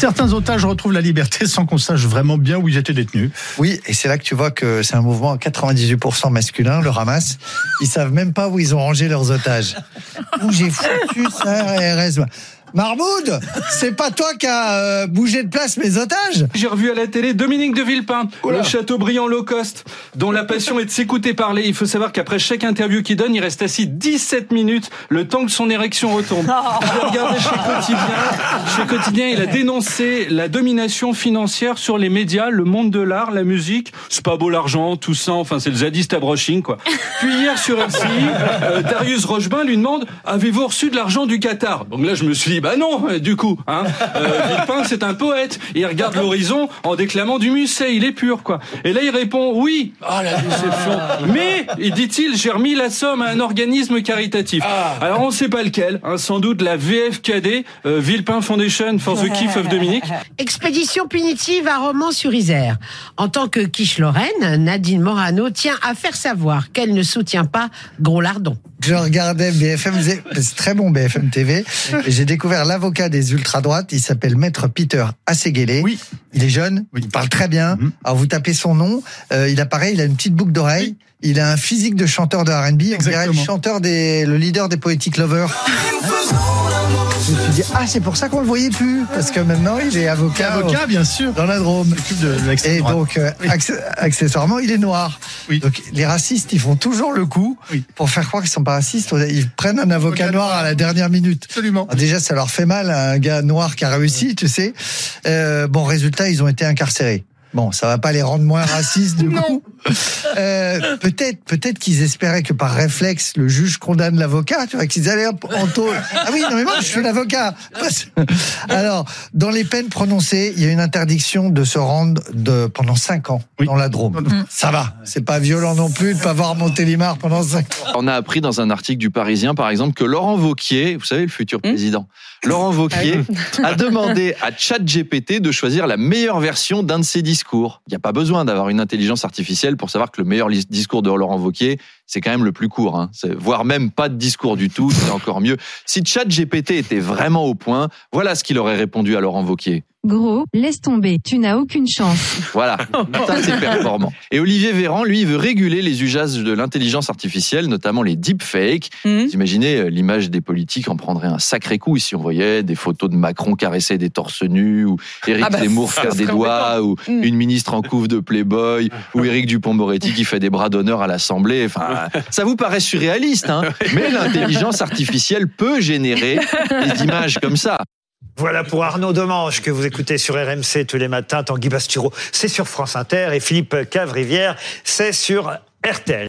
Certains otages retrouvent la liberté sans qu'on sache vraiment bien où ils étaient détenus. Oui, et c'est là que tu vois que c'est un mouvement à 98% masculin, le Hamas. Ils savent même pas où ils ont rangé leurs otages. Où j'ai foutu ça, RS. Marmoud, c'est pas toi qui as bougé de place mes otages? J'ai revu à la télé Dominique de Villepin, le Chateaubriand low cost, dont la passion est de s'écouter parler. Il faut savoir qu'après chaque interview qu'il donne, il reste assis 17 minutes, le temps que son érection retombe. J'ai regardé chez Quotidien, il a dénoncé la domination financière sur les médias, le monde de l'art, la musique. C'est pas beau l'argent, tout ça, enfin c'est le zadiste brushing, quoi. Puis hier sur RCI, Darius Rochebin lui demande « Avez-vous reçu de l'argent du Qatar ?» Donc là je me suis dit bah non, du coup, hein. Villepin, c'est un poète. Il regarde l'horizon en déclamant du Musset, il est pur, quoi. Et là, il répond, oui. Ah, la déception. Mais, dit-il, j'ai remis la somme à un organisme caritatif. Alors, on sait pas lequel, hein, sans doute la VFKD, Villepin Foundation for the Kiff of Dominique. Expédition punitive à Romans-sur-Isère. En tant que quiche-Lorraine, Nadine Morano tient à faire savoir qu'elle ne soutient pas Gros Lardon. Je regardais BFM, c'est très bon BFM TV, et j'ai découvert l'avocat des ultra-droites, il s'appelle Maître Peter Asseguele. Oui. Il est jeune, il parle très bien. Alors vous tapez son nom, il a une petite boucle d'oreille, il a un physique de chanteur de R&B, on dirait le leader des Poetic Lovers. Je me suis dit, c'est pour ça qu'on le voyait plus, parce que maintenant il est avocat, bien sûr, dans la Drôme. Et donc, accessoirement, il est noir. Oui. Donc, les racistes, ils font toujours le coup pour faire croire qu'ils sont pas racistes. Ils prennent un avocat noir à la dernière minute. Absolument. Alors déjà, ça leur fait mal, un gars noir qui a réussi, tu sais. Résultat, ils ont été incarcérés. Bon, ça va pas les rendre moins racistes du coup. Peut-être qu'ils espéraient que par réflexe le juge condamne l'avocat, tu vois, qu'ils allaient en tôle. Ah oui, non mais moi je suis l'avocat. Alors, dans les peines prononcées, il y a une interdiction de se rendre pendant 5 ans dans la Drôme. Ça va, c'est pas violent non plus de pas voir Montélimar pendant 5 ans. On a appris dans un article du Parisien, par exemple, que Laurent Wauquiez, vous savez, le futur président, Laurent Wauquiez a demandé à ChatGPT de choisir la meilleure version d'un de ses discours. Il n'y a pas besoin d'avoir une intelligence artificielle pour savoir que le meilleur discours de Laurent Wauquiez, c'est quand même le plus court, hein. Voire même pas de discours du tout, c'est encore mieux. Si ChatGPT était vraiment au point, voilà ce qu'il aurait répondu à Laurent Wauquiez. Gros, laisse tomber, tu n'as aucune chance. Voilà, ça c'est performant. Et Olivier Véran, lui, il veut réguler les usages de l'intelligence artificielle, notamment les deepfakes. Vous imaginez, l'image des politiques en prendrait un sacré coup si on voyait des photos de Macron caresser des torses nus, ou Éric Zemmour faire des doigts, ou une ministre en couve de Playboy, ou Éric Dupond-Moretti qui fait des bras d'honneur à l'Assemblée. Enfin, ça vous paraît surréaliste, hein, mais l'intelligence artificielle peut générer des images comme ça. Voilà pour Arnaud Demange que vous écoutez sur RMC tous les matins. Tanguy Bastureau, c'est sur France Inter, et Philippe Cavrivière, c'est sur RTL.